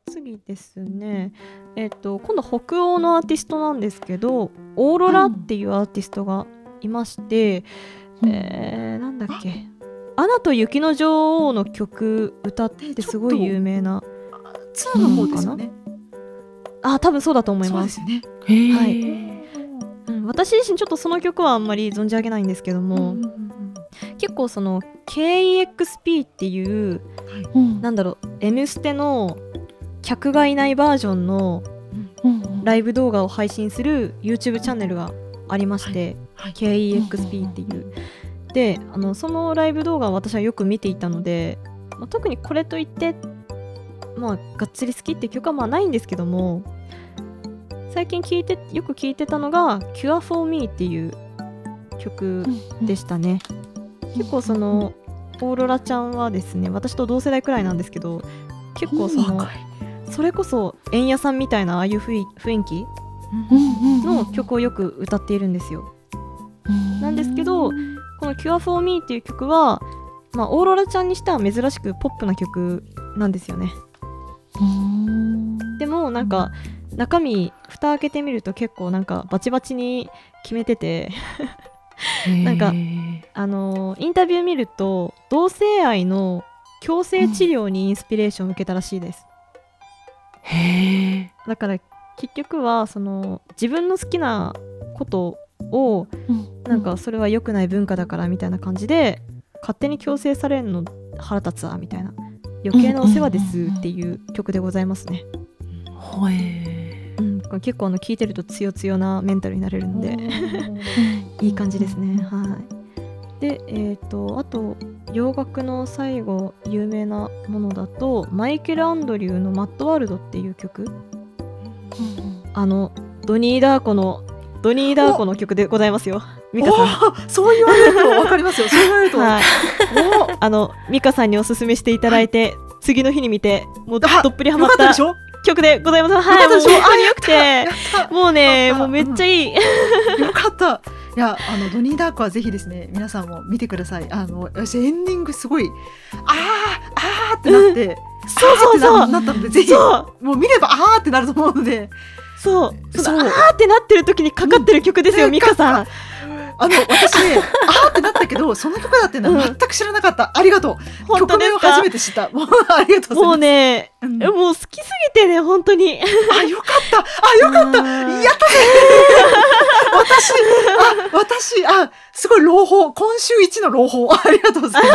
次ですね、今度北欧のアーティストなんですけど、オーロラっていうアーティストがいまして、なんだっけ、アナと雪の女王の曲歌ってすごい有名な 2の方ですよね。 多分そうだと思います。 そうですね。 はい。私自身ちょっとその曲はあんまり存じ上げないんですけども、結構その KEXP っていう、なんだろう、M ステの客がいないバージョンのライブ動画を配信する YouTube チャンネルがありまして、KEXP っていう。で、そのライブ動画を私はよく見ていたので、特にこれといってがっつり好きっていう曲はないんですけども、最近よく聴いてたのが Cure for Me っていう曲でしたね。結構そのオーロラちゃんはですね、私と同世代くらいなんですけど、結構それこそ円谷さんみたいなああいう雰囲気の曲をよく歌っているんですよ。なんですけど、この Cure for Me っていう曲は、オーロラちゃんにしては珍しくポップな曲なんですよね。でもなんか中身蓋開けてみると結構なんかバチバチに決めててなんかインタビュー見ると同性愛の強制治療にインスピレーションを受けたらしいです。だから結局はその自分の好きなことをなんかそれは良くない文化だからみたいな感じで勝手に強制されるの腹立つわみたいな、余計なお世話ですっていう曲でございますね。結構聴いてると強強なメンタルになれるのでいい感じですね。はい。で、あと洋楽の最後有名なものだとマイケル・アンドリューのマッドワールドっていう曲、ドニー・ダーコの曲でございますよ。ミカさん、 そう言われると分かりますよ。そう言われると、 ミカさんにおすすめしていただいて、次の日に見てもうどっぷりハマった曲でございます。はい、もう本当によくて、もうね、もうめっちゃいい。 よかった。いや、ドニー・ダークはぜひですね、皆さんも見てください。私エンディングすごいあーってなって、そうなったので、ぜひもう見ればあーってなると思うので、 そうあーってなってる時にかかってる曲ですよ、ミカさん。 私ね、あーってなったけど、その曲だってのは全く知らなかった。ありがとう。曲名を初めて知った。もうありがとうございます。 もうね、もう好きすぎてね、本当に。 よかったやったね。私すごい朗報、今週一の朗報、ありがとうございます。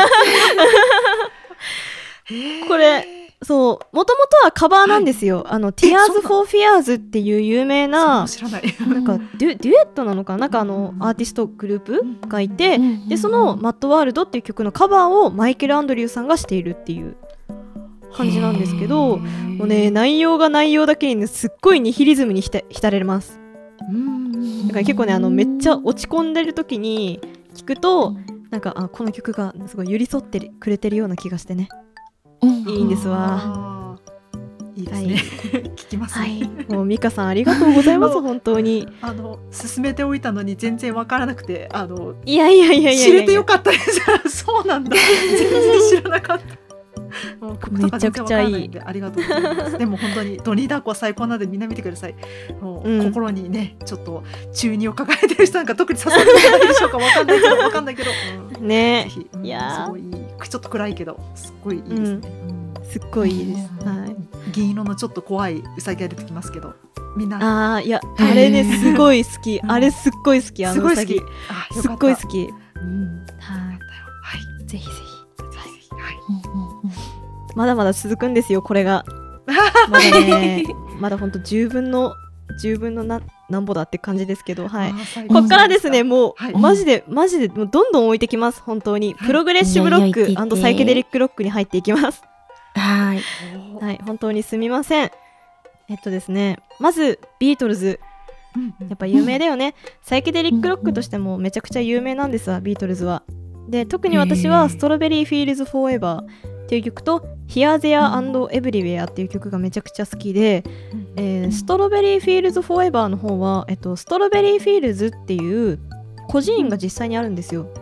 これそう、もともとはカバーなんですよ。Tears for Fears っていう有名な、なんかデュエットなのかな、なんかアーティストグループがいて、でそのマッドワールドっていう曲のカバーをマイケル・アンドリューさんがしているっていう感じなんですけど、もうね、内容が内容だけに、ね、すっごいニヒリズムに浸れます。だから結構ね、めっちゃ落ち込んでる時に聞くと、なんかこの曲がすごい寄り添ってくれてるような気がしてね、いいんですわ。 いいですね。聞きますね。 もうミカさんありがとうございます。本当に進めておいたのに全然わからなくて、 いや知れてよかったです。そうなんだ。全然知らなかった。 めちゃくちゃいい。 ありがとうございます。でも本当にドニー・ダークは最高なのでみんな見てください。もう心にね、ちょっと中二を抱えてる人なんか特に刺さるんじゃないでしょうか。わかんないけどね。ぜひ、いやすごいいい。ちょっと暗いけどすごいいいですね。 すっごいいいです。 銀色のちょっと怖いウサギが出てきますけど、みんな。 いや、あれね、すごい好き。あれすっごい好き。ウサギすっごい好き。ぜひぜひ。まだまだ続くんですよ、これが。まだね、まだ本当十分のなんぼだって感じですけど、はい。ここからですね、もうマジでもうどんどん置いてきます。本当にプログレッシブロック&サイケデリックロックに入っていきます。はい、本当にすみません。ですね、まずビートルズ、やっぱ有名だよね。サイケデリックロックとしてもめちゃくちゃ有名なんですわ、ビートルズは。で、特に私はストロベリーフィールズフォーエバーっていう曲と Here, There and Everywhere っていう曲がめちゃくちゃ好きで、ストロベリーフィールズフォーエバーの方は、ストロベリーフィールズっていう孤児院が実際にあるんですよ。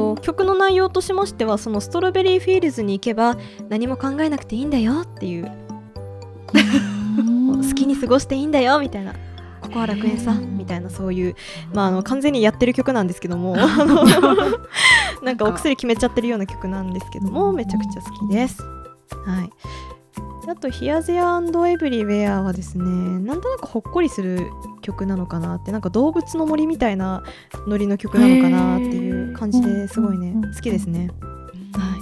曲の内容としましては、そのストロベリーフィールズに行けば何も考えなくていいんだよっていう好きに過ごしていいんだよみたいな、ここは楽園さみたいな、そういう、完全にやってる曲なんですけどもなんかお薬決めちゃってるような曲なんですけども、めちゃくちゃ好きです。はい。あと Here There and Everywhere はですね、なんとなくほっこりする曲なのかなって、なんか動物の森みたいなノリの曲なのかなっていう感じですごいね、好きですね。はい。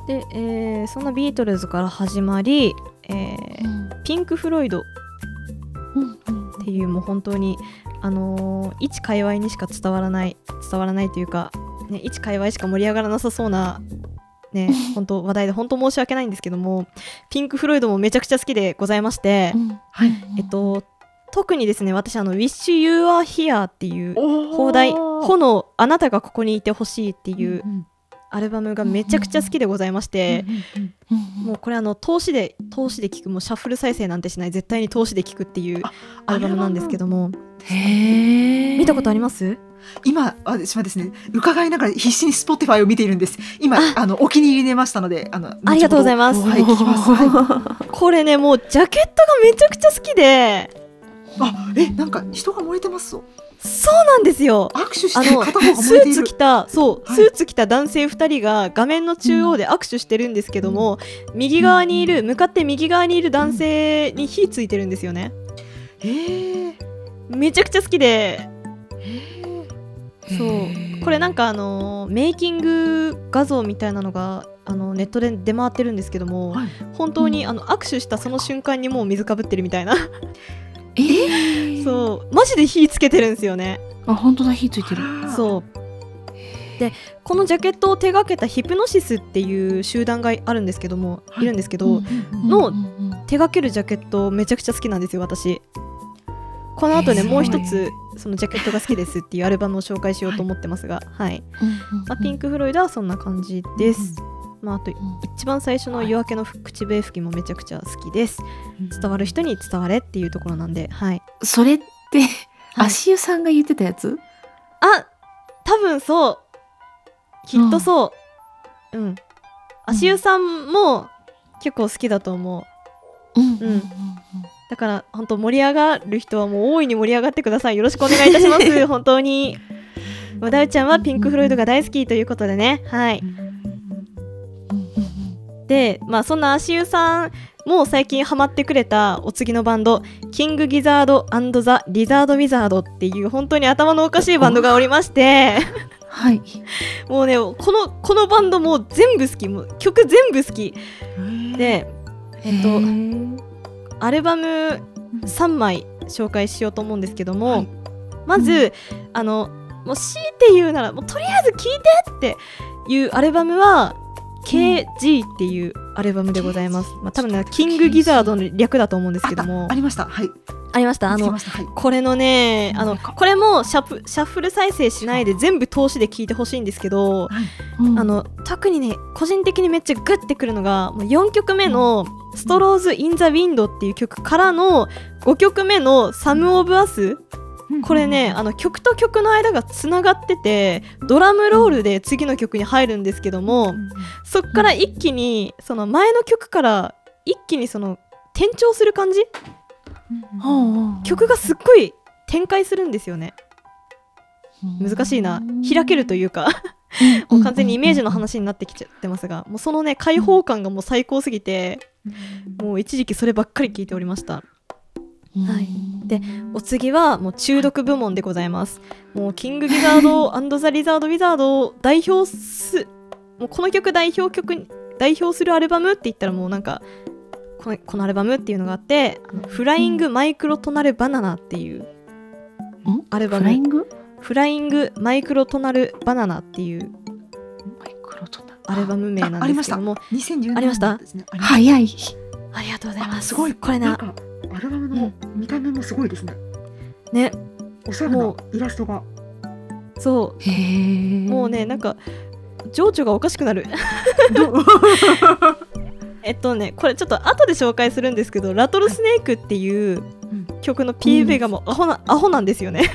で、そんなビートルズから始まり、ピンク・フロイドっていう、もう本当に一界隈にしか伝わらないというか、ね、一界隈しか盛り上がらなさそうなね、本当話題で本当申し訳ないんですけども、ピンク・フロイドもめちゃくちゃ好きでございまして、 はい、 特にですね、私Wish You Are Here っていう邦題、炎あなたがここにいてほしいっていうアルバムがめちゃくちゃ好きでございまして、もうこれ通しで聴く、もうシャッフル再生なんてしない、絶対に通しで聴くっていうアルバムなんですけども、見たことあります？ 今私はですね、伺いながら必死に Spotify を見ているんです。今お気に入り出ましたので、 ありがとうございます。 はい、聞きます。 はい、これね、もうジャケットがめちゃくちゃ好きで、 なんか人が燃えてますぞ。 そうなんですよ。 握手してる片方が燃えている。 スーツ着た男性2人が画面の中央で握手してるんですけども、向かって右側にいる男性に火ついてるんですよね。めちゃくちゃ好きで、そうこれなんかメイキング画像みたいなのがネットで出回ってるんですけども、本当に握手したその瞬間にもう水かぶってるみたいなそうマジで火つけてるんですよね。 本当だ、火ついてる。 そうで、このジャケットを手掛けたヒプノシスっていう集団があるんですけども、いるんですけど、の手掛けるジャケットめちゃくちゃ好きなんですよ、私。この後ね、もう一つそのジャケットが好きですっていうアルバムを紹介しようと思ってますが、はい、ピンク・フロイドはそんな感じです。あと一番最初の夜明けの口笛吹きもめちゃくちゃ好きです。伝わる人に伝われっていうところなんで、はい。 それって足湯さんが言ってたやつ？ 多分そう、きっとそう。足湯さんも結構好きだと思う。だから本当盛り上がる人はもう大いに盛り上がってください。よろしくお願いいたします本当に。ダウちゃんはピンク・フロイドが大好きということでね、はい。で、そんな足湯さんも最近ハマってくれたお次のバンド、キング・ギザード&ザ・リザード・ウィザードっていう本当に頭のおかしいバンドがおりましてはい、 もうね、このバンドもう全部好き、もう曲全部好きで、アルバム3枚紹介しようと思うんですけども、まずもう強いて言うなら、もうとりあえず聴いてっていうアルバムはKG っていうアルバムでございます。多分ね、キングギザードの略だと思うんですけども、 ありました。はい、 ありました。これのね、これもシャッフル再生しないで全部通しで聴いてほしいんですけど、特にね、個人的にめっちゃグッてくるのが、もう4曲目のストローズ・イン・ザ・ウィンドっていう曲からの5曲目のサム・オブ・アス、これね、曲と曲の間がつながってて、ドラムロールで次の曲に入るんですけども、そっから一気にその前の曲から一気にその転調する感じ、曲がすっごい展開するんですよね。難しいな、開けるというかもう完全にイメージの話になってきちゃってますが、もうそのね、開放感がもう最高すぎて、もう一時期そればっかり聞いておりました。はい、でお次はもう中毒部門でございます。もうキングギザード&ザ・リザード・ウィザードを代表もうこの曲代表するアルバムって言ったら、もうなんかこのアルバムっていうのがあって、フライング・マイクロトナル・バナナっていうアルバム。フライング・マイクロトナル・バナナっていうアルバム名なんですけども、 2010年ありました。 早い。 ありがとうございます。 すごい、 これなんかアルバムの見た目もすごいですね。 ね、 おしゃれなイラストが。 そう。もうね、なんか情緒がおかしくなるこれちょっと後で紹介するんですけど、ラトルスネークっていう曲の PV がもうアホなんですよね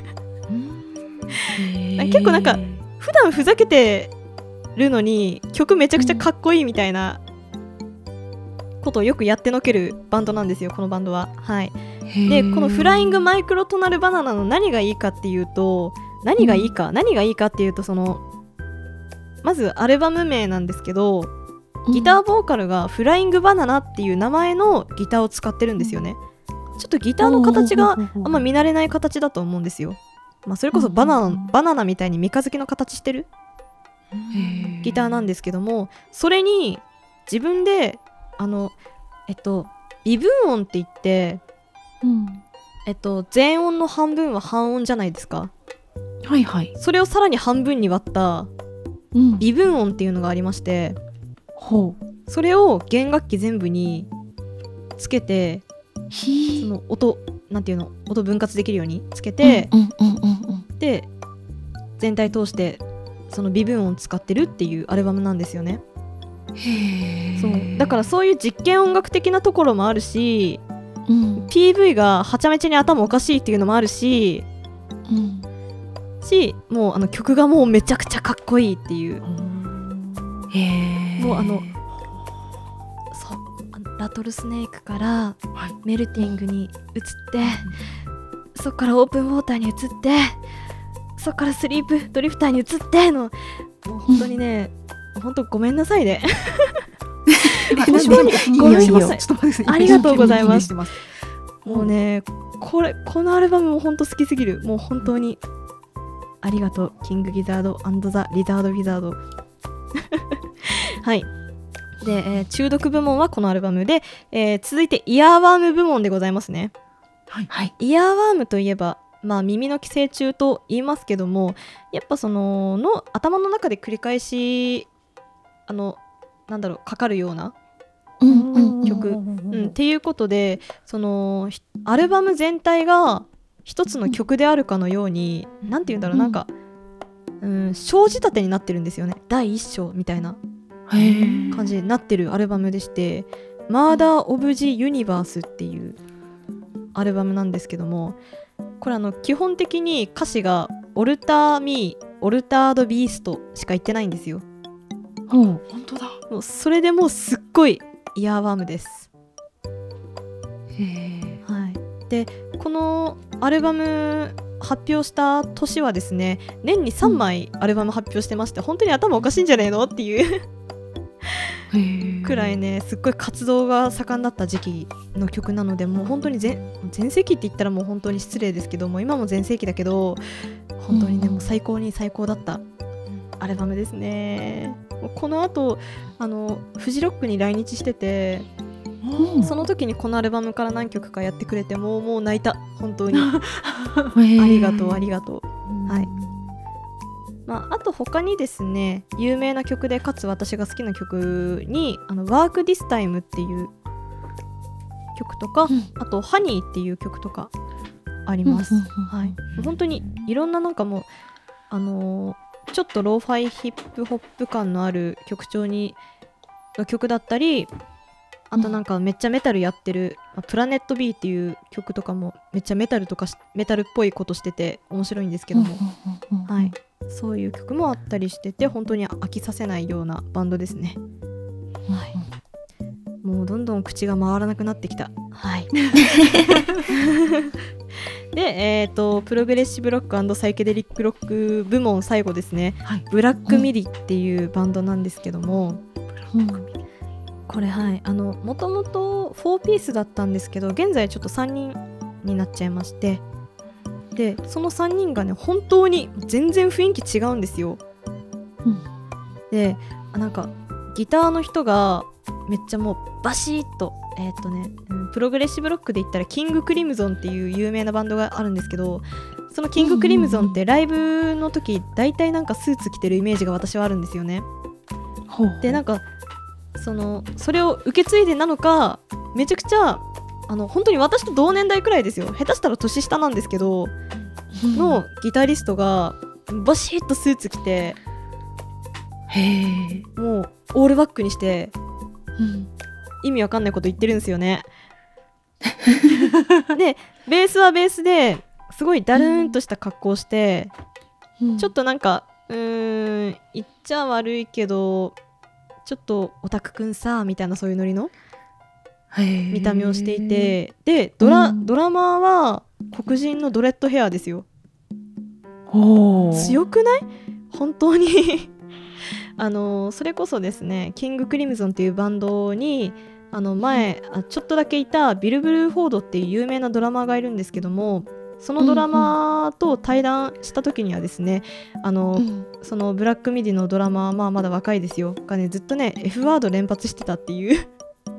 結構なんか普段ふざけてるのに曲めちゃくちゃかっこいいみたいな、 ことをよくやってのけるバンドなんですよ、このバンドは。はい。でこのフライングマイクロトナルバナナの何がいいかっていうと、何がいいかっていうと、そのまずアルバム名なんですけど、ギターボーカルがフライングバナナっていう名前のギターを使ってるんですよね。ちょっとギターの形があんま見慣れない形だと思うんですよ。まあ、それこそバナナみたいに三日月の形してるギターなんですけども、それに自分で微分音って言って、全音の半分は半音じゃないですか。 はいはい。 それをさらに半分に割った微分音っていうのがありまして、それを弦楽器全部につけて、その音なんていうの、音分割できるようにつけて、で全体通してその微分音を使ってるっていうアルバムなんですよね。そうだからそういう実験音楽的なところもあるし、PV がはちゃめちゃに頭おかしいっていうのもあるし、もう曲がもうめちゃくちゃかっこいいっていう、もうラトルスネークからメルティングに移って、そっからオープンウォーターに移って、そっからスリープドリフターに移っての、もう本当にね、本当ごめんなさいね。本当にごめんなさい。ありがとうございます。もうね、このアルバムも本当好きすぎる。もう本当にありがとう、キングギザード&ザ・リザード・ウィザード。はい。で、中毒部門はこのアルバムで、続いてイヤーワーム部門でございますね。はい、イヤーワームといえば、まあ、耳の寄生虫と言いますけども、やっぱその頭の中で繰り返しなんだろう、かかるような曲、っていうことで、そのアルバム全体が一つの曲であるかのように、なんて言うんだろう、なんか章仕立てになってるんですよね。第一章みたいな感じになってるアルバムでして、マーダー・オブ・ジ・ユニバースっていうアルバムなんですけども、これ基本的に歌詞がオルター・ミー、オルタード・ビーストしか言ってないんですよ。 本当だ。 もうそれでもうすっごいイヤーワームです。はい。でこのアルバム発表した年はですね、年に3枚アルバム発表してまして、本当に頭おかしいんじゃねえのっていうくらいね、すっごい活動が盛んだった時期の曲なので、もう本当に全盛期って言ったらもう本当に失礼ですけども、今も全盛期だけど、本当にね、もう最高に最高だったアルバムですね。この後フジロックに来日してて、その時にこのアルバムから何曲かやってくれて、もう泣いた、本当にありがとうありがとう。はい。まあ、あと他にですね、有名な曲でかつ私が好きな曲にWork This Timeっていう曲とか、あとHoneyっていう曲とかあります。はい。本当にいろんな、なんかもうちょっとローファイヒップホップ感のある曲調の曲だったり、あとなんかめっちゃメタルやってるプラネット B っていう曲とかもめっちゃメタルっぽいことしてて面白いんですけども、はい、そういう曲もあったりしてて、本当に飽きさせないようなバンドですね。はい、もうどんどん口が回らなくなってきた。はい。で、プログレッシブロック&サイケデリックロック部門最後ですね、はい、ブラックミディっていうバンドなんですけども、これ、はい、もともと4ピースだったんですけど、現在ちょっと3人になっちゃいまして、でその3人がね、本当に全然雰囲気違うんですよ。でなんかギターの人がめっちゃもうバシッとプログレッシブロックで言ったらキングクリムゾンっていう有名なバンドがあるんですけど、そのキングクリムゾンってライブの時大体なんかスーツ着てるイメージが私はあるんですよね。でなんかそれを受け継いでなのか、めちゃくちゃ本当に私と同年代くらいですよ、下手したら年下なんですけどのギタリストがバシッとスーツ着て、もうオールバックにして、意味わかんないこと言ってるんですよね。でベースはベースですごいダルーンとした格好して、ちょっとなんか言っちゃ悪いけどちょっとオタクくんさみたいな、そういうノリの見た目をしていて、でドラマーは黒人のドレッドヘアですよ。強くない？本当にそれこそですね、キングクリムゾンっていうバンドに前ちょっとだけいたビル・ブルーフォードっていう有名なドラマーがいるんですけども、そのドラマーと対談した時にはですね、そのブラックミディのドラマー、まだ若いですよがね、ずっとね F ワード連発してたっていう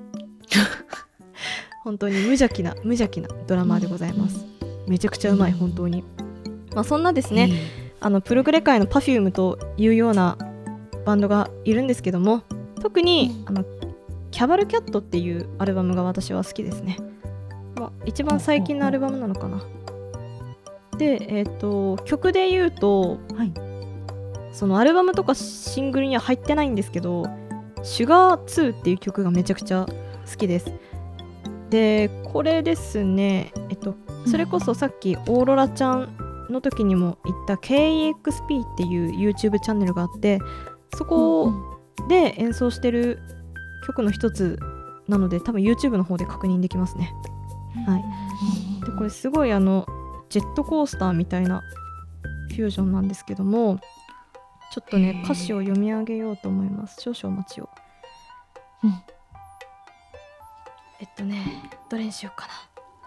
本当に無邪気なドラマーでございます。めちゃくちゃうまい、本当に。そんなですね、プログレ界の Perfume というようなバンドがいるんですけども、特にキャバルキャットっていうアルバムが私は好きですね。一番最近のアルバムなのかな。で、曲で言うと、そのアルバムとかシングルには入ってないんですけど、シュガー2っていう曲がめちゃくちゃ好きです。でこれですね、それこそさっきオーロラちゃんの時にも言った KEXP っていう YouTube チャンネルがあって、そこで演奏してる曲の一つなので、多分 YouTube の方で確認できますね。でこれすごいジェットコースターみたいなフュージョンなんですけども、ちょっとね歌詞を読み上げようと思います。少々お待ちを。どれにしようかな。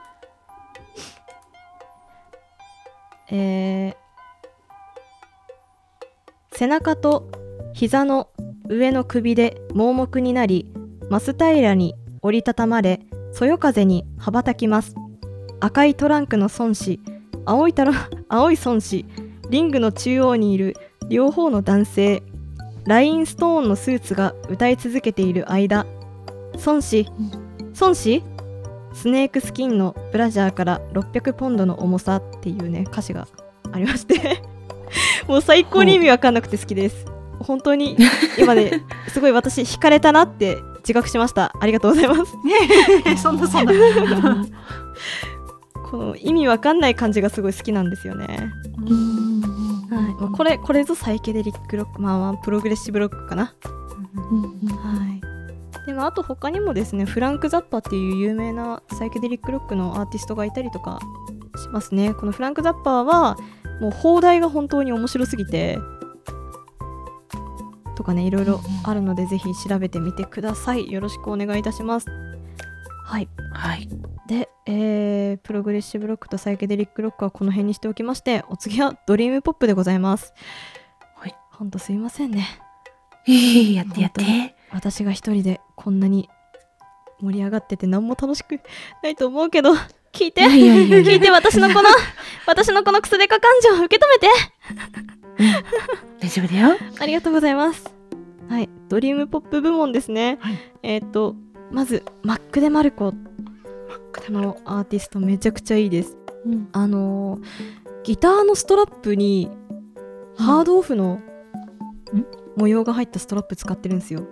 背中と膝の上の首で盲目になり、マス平らに折りたたまれ、そよ風に羽ばたきます。赤いトランクの孫子、青い孫子、リングの中央にいる両方の男性、ラインストーンのスーツが歌い続けている間、孫子、スネークスキンのブラジャーから600ポンドの重さっていうね歌詞がありましてもう最高に意味わかんなくて好きです。本当に今ねすごい私惹かれたなって自覚しました。ありがとうございますそんなこの意味わかんない感じがすごい好きなんですよね。これぞサイケデリックロック、プログレッシブロックかな。でもあと他にもですね、フランク・ザッパっていう有名なサイケデリックロックのアーティストがいたりとかしますね。このフランク・ザッパーはもう放題が本当に面白すぎてとかね、いろいろあるのでぜひ調べてみてください。よろしくお願いいたします。で、プログレッシブロックとサイケデリックロックはこの辺にしておきまして、お次はドリームポップでございます。ほんとすいませんね。 やって私が一人でこんなに盛り上がってて何も楽しくないと思うけど、聞いて私のこのクソデカ感情を受け止めて大丈夫だよ。 ありがとうございます。ドリームポップ部門ですね。まずマック・デ・マルコのアーティストめちゃくちゃいいです。ギターのストラップにハードオフの模様が入ったストラップ使ってるんですよ。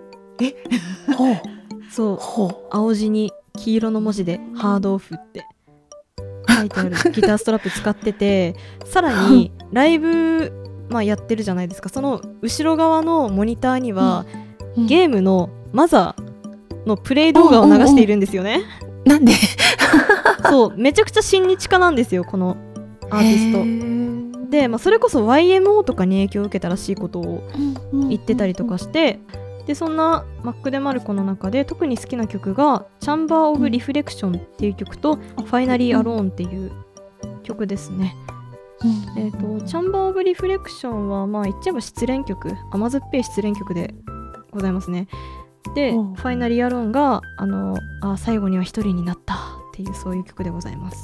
青地に黄色の文字でハードオフって書いてあるギターストラップ使ってて、さらにライブ、やってるじゃないですか。その後ろ側のモニターには、ゲームのマザーのプレイ動画を流しているんですよね。 なんでそうめちゃくちゃ親日家なんですよ、このアーティストで。それこそ YMO とかに影響を受けたらしいことを言ってたりとかして、でそんなマック・デ・マルコの中で特に好きな曲がチャンバー・オブ・リフレクションっていう曲とファイナリー・アローンっていう曲ですね。チャンバー・オブ・リフレクションは言っちゃえば失恋曲、甘酸っぱい失恋曲でございますね。でファイナリー・アローンが最後には一人になったっていうそういう曲でございます。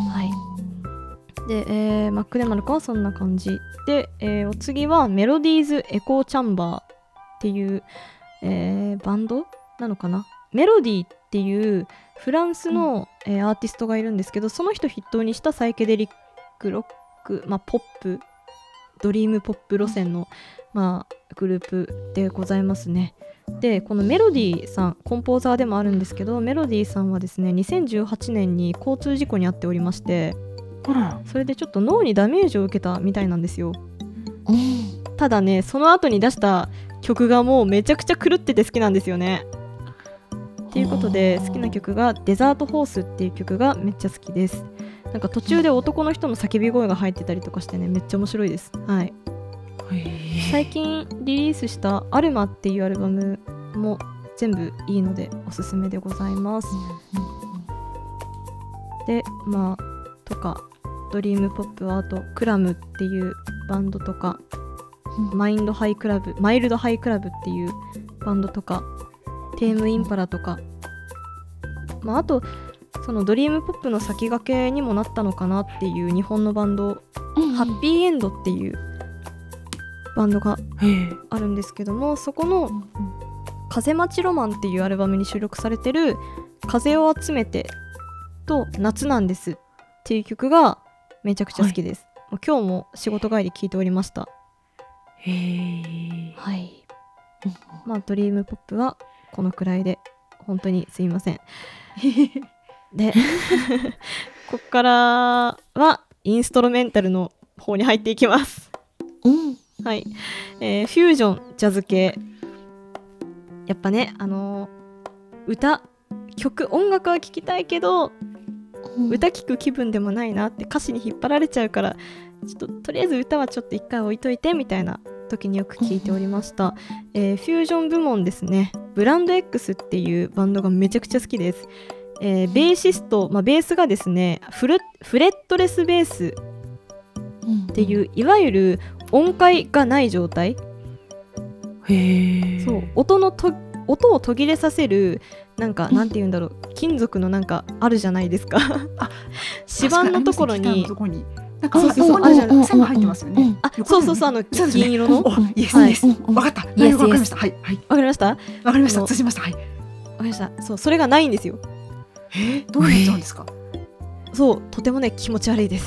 で、マック・デ・マルコはそんな感じで、お次はメロディーズ・エコー・チャンバーっていう、バンドなのかな。メロディーっていうフランスの、アーティストがいるんですけど、その人筆頭にしたサイケデリックロック、ポップドリームポップ路線の、グループでございますね。でこのメロディーさんコンポーザーでもあるんですけど、メロディーさんはですね2018年に交通事故に遭っておりまして、それでちょっと脳にダメージを受けたみたいなんですよ。ただねその後に出した曲がもうめちゃくちゃ狂ってて好きなんですよね。 っていうことで好きな曲がデザートホースっていう曲がめっちゃ好きです。なんか途中で男の人の叫び声が入ってたりとかしてね、めっちゃ面白いです。はい。最近リリースしたアルマっていうアルバムも全部いいのでおすすめでございます。で、まあとかドリームポップはあとクラムっていうバンドとか、マイルドハイクラブっていうバンドとか、テームインパラとか、まあ、あとそのドリームポップの先駆けにもなったのかなっていう日本のバンド、ハッピーエンドっていうバンドがあるんですけども、そこの風待ちロマンっていうアルバムに収録されてる風を集めてと夏なんですっていう曲がめちゃくちゃ好きです。もう今日も仕事帰り聴いておりました。はい。まあドリームポップはこのくらいで本当にすいません。でこっからはインストルメンタルの方に入っていきます。はい。フュージョンジャズ系、やっぱね、音楽は聴きたいけど、歌聴く気分でもないなって歌詞に引っ張られちゃうから、ちょっととりあえず歌はちょっと一回置いといてみたいな時によく聴いておりました。フュージョン部門ですね、ブランド X っていうバンドがめちゃくちゃ好きです。ベーシスト、ベースがですねフレットレスベースっていう、いわゆる音階がない状態、そう音を途切れさせる、なんて言うんだろう、金属のなんかあるじゃないですか指板のところになんかそうあるじゃない、線が入ってますよね。 そう銀色の。 イエスイエス。わかった。内容がわかりました。はいはい。 わかりました。 わかりました。通じました。はい。わかりました。そう、それがないんですよ。 どうなっちゃうんですか。 そう、とてもね気持ち悪いです。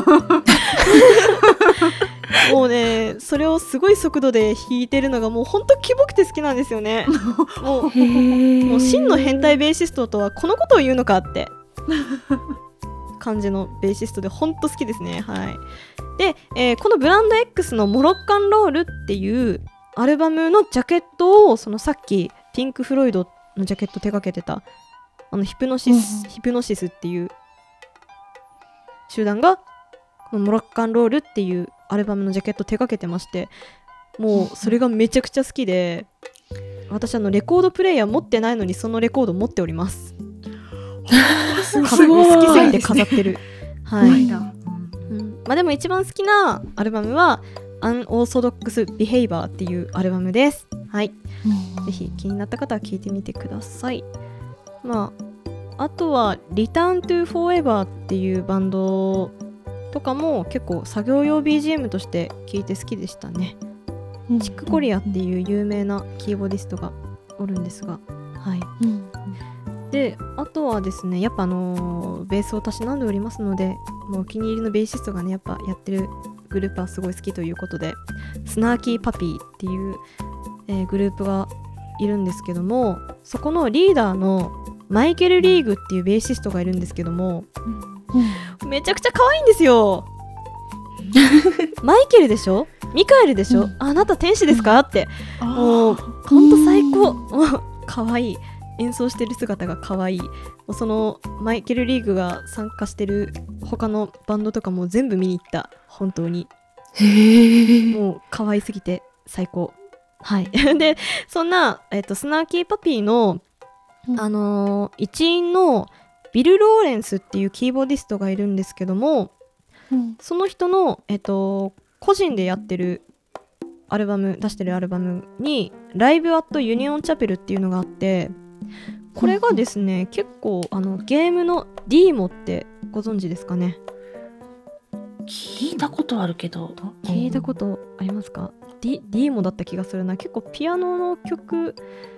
もうね、それをすごい速度で弾いてるのがもうほんとキモくて好きなんですよね。もう真の変態ベーシストとはこのことを言うのかって感じのベーシストでほんと好きですね。はい。で、このブランド X のモロッカンロールっていうアルバムのジャケットを、そのさっきピンク・フロイドのジャケット手掛けてたヒプノシスっていう集団がこのモロッカンロールっていうアルバムのジャケット手掛けてまして、もうそれがめちゃくちゃ好きで、私レコードプレイヤー持ってないのにそのレコード持っております。好きすぎて飾ってる。はい。でも一番好きなアルバムはアンオーソドックスビヘイバーっていうアルバムです。はい。ぜひ気になった方は聴いてみてください。あとはリターントゥフォーエバーっていうバンドとかも結構作業用 BGM として聴いて好きでしたね。チックコリアっていう有名なキーボディストがおるんですが、はい。で、あとはですね、やっぱベースをたしなんでおりますので、もうお気に入りのベーシストがね、やっぱやってるグループはすごい好きということで、スナーキーパピーっていう、グループがいるんですけども、そこのリーダーのマイケル・リーグっていうベーシストがいるんですけども、めちゃくちゃ可愛いんですよ。マイケルでしょ、ミカエルでしょ、あなた天使ですかって、もうほんと最高。可愛い、演奏してる姿が可愛い。もうそのマイケル・リーグが参加してる他のバンドとかも全部見に行った。本当にもう可愛すぎて最高。はい。で、そんな、スナーキーパピーの一員のビル・ローレンスっていうキーボディストがいるんですけども、その人の、個人でやってる出してるアルバムにライブアットユニオンチャペルっていうのがあって、これがですね、結構ゲームのディーモってご存知ですかね。 聞いたことあるけど。 聞いたことありますか？ディーモだった気がするな。結構ピアノの曲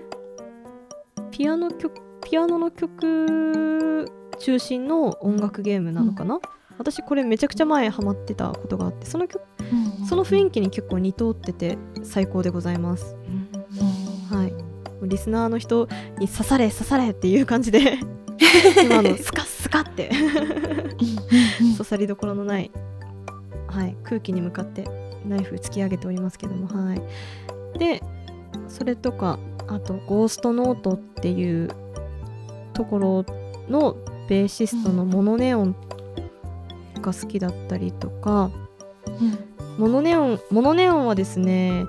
中心の音楽ゲームなのかな。私これめちゃくちゃ前ハマってたことがあって、その雰囲気に結構似通ってて最高でございます。はい。リスナーの人に刺されっていう感じで今スカッスカって刺さりどころのない、はい、空気に向かってナイフ突き上げておりますけども、はい。で、それとか、あとゴーストノートっていうところのベーシストのモノネオンが好きだったりとか、モノネオンはですね、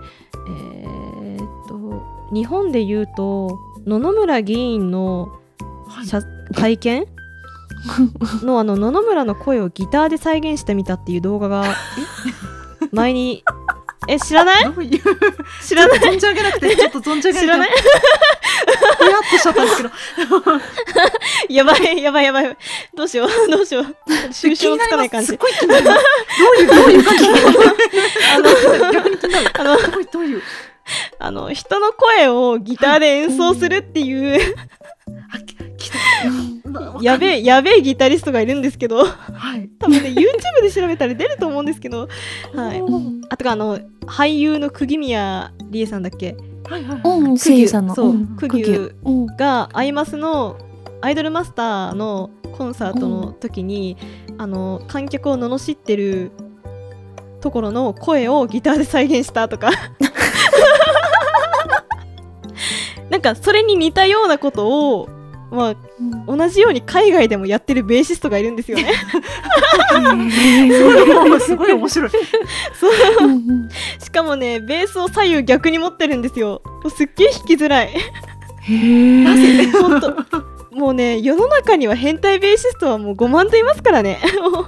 日本で言うと野々村議員の会見の野々村の声をギターで再現してみたっていう動画が前に知らない？知らない？ 存じ上げなくてちょっと存じ上げなくて知らない？ふやっとしちゃったんですけどやばいどうしよう収集のつかない感じ。 すっごい気になる。どういう感じ？逆に気になる。どういう人の声をギターで演奏するっていう、やべえギタリストがいるんですけど、多分ね YouTube で調べたら出ると思うんですけど、あとか俳優の釘宮理恵さんだっけ、 声優さんの釘生がアイマスのアイドルマスターのコンサートの時に観客を罵ってるところの声をギターで再現したとかなんかそれに似たようなことを、同じように海外でもやってるベーシストがいるんですよねすごい面白い。 しかもねベースを左右逆に持ってるんですよ。すっげえ弾きづらい。なぜ本当もうね世の中には変態ベーシストはもう5万といますからね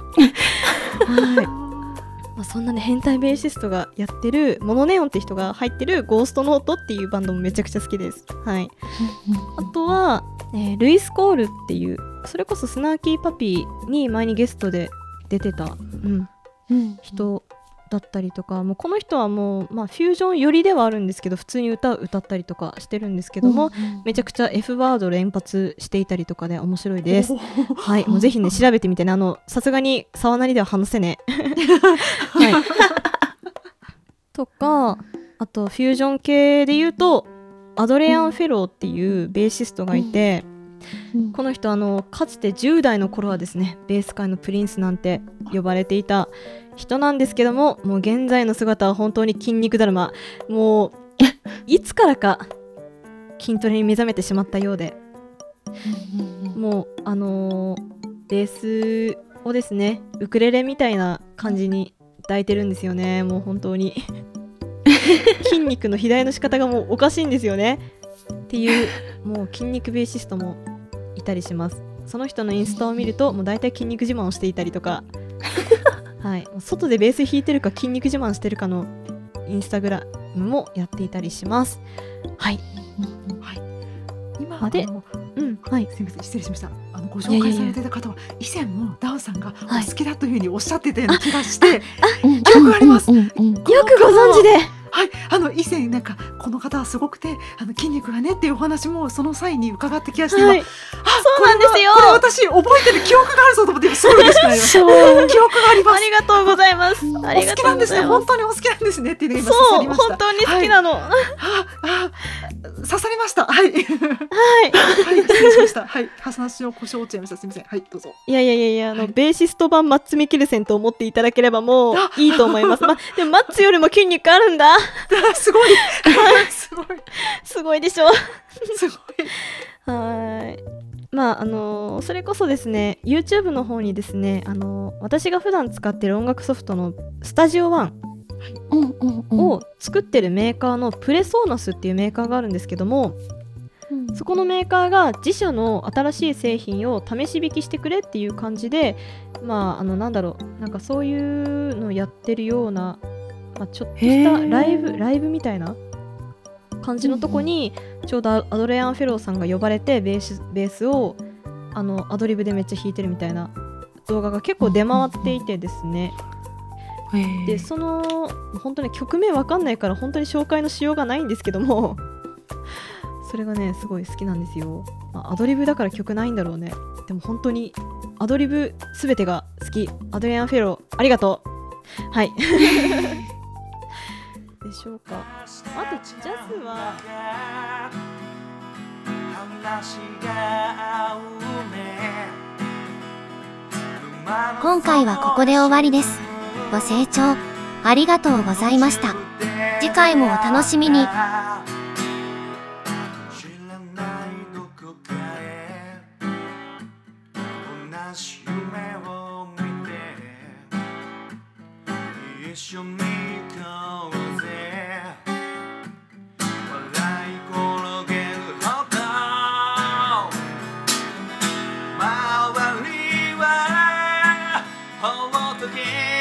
そんなね変態ベーシストがやってるモノネオンって人が入ってるゴーストノートっていうバンドもめちゃくちゃ好きです。あとは、ルイス・コールっていうそれこそスナーキーパピーに前にゲストで出てた、人だったりとか、もうこの人はもう、フュージョン寄りではあるんですけど普通に歌ったりとかしてるんですけども、めちゃくちゃ F ワード連発していたりとかで面白いです。もうぜひね調べてみてね。さすがに沢なりでは話せねとか、あとフュージョン系で言うとアドレアン・フェローっていうベーシストがいて、この人かつて10代の頃はですねベース界のプリンスなんて呼ばれていた人なんですけども、もう現在の姿は本当に筋肉だるま。もういつからか筋トレに目覚めてしまったようで、もうベースをですねウクレレみたいな感じに抱いてるんですよね。もう本当に筋肉の肥大の仕方がもうおかしいんですよねっていうもう筋肉ベーシストもいたりします。その人のインスタを見るともう大体筋肉自慢をしていたりとか外でベース弾いてるか筋肉自慢してるかのインスタグラムもやっていたりします。 今で、すみません失礼しました。ご紹介されていた方は以前もダウさんがお好きだというふうにおっしゃってたような気がして記憶があります。よくご存知で。 以前なんかこの方はすごくて筋肉がねっていうお話もその際に伺った気がして、今そうなんですよ。 これ私覚えてる記憶があるぞと思ってすごい嬉しくなりました。記憶があります。 ありがとうございます。お好きなんですね。本当にお好きなんですねっていうのが今刺さりました。 そう本当に好きなの。 刺さりました。失礼しました。話を故障落ちちゃいました。すみません。どうぞ。 いやベーシスト版マッツ・ミケルセンと思っていただければもういいと思います。でもマッツよりも筋肉あるんだ。 すごいすごいでしょ。 すごい。 それこそですね YouTube の方にですね私が普段使ってる音楽ソフトのスタジオワンを作ってるメーカーのプレソーナスっていうメーカーがあるんですけども、そこのメーカーが自社の新しい製品を試し弾きしてくれっていう感じでなんかそういうのをやってるような、ちょっとしたライブみたいな感じのとこにちょうどアドレアン・フェローさんが呼ばれてベースをアドリブでめっちゃ弾いてるみたいな動画が結構出回っていてですね、で本当に曲名わかんないから本当に紹介のしようがないんですけどもそれがねすごい好きなんですよ。アドリブだから曲ないんだろうね。でも本当にアドリブすべてが好き。アドレアン・フェローありがとう。でしょうか。あとジャズは今回はここで終わりです。ご清聴ありがとうございました。次回もお楽しみに。 し夢を見て一緒に行こうぜ笑い転げるほど周りはほっとけ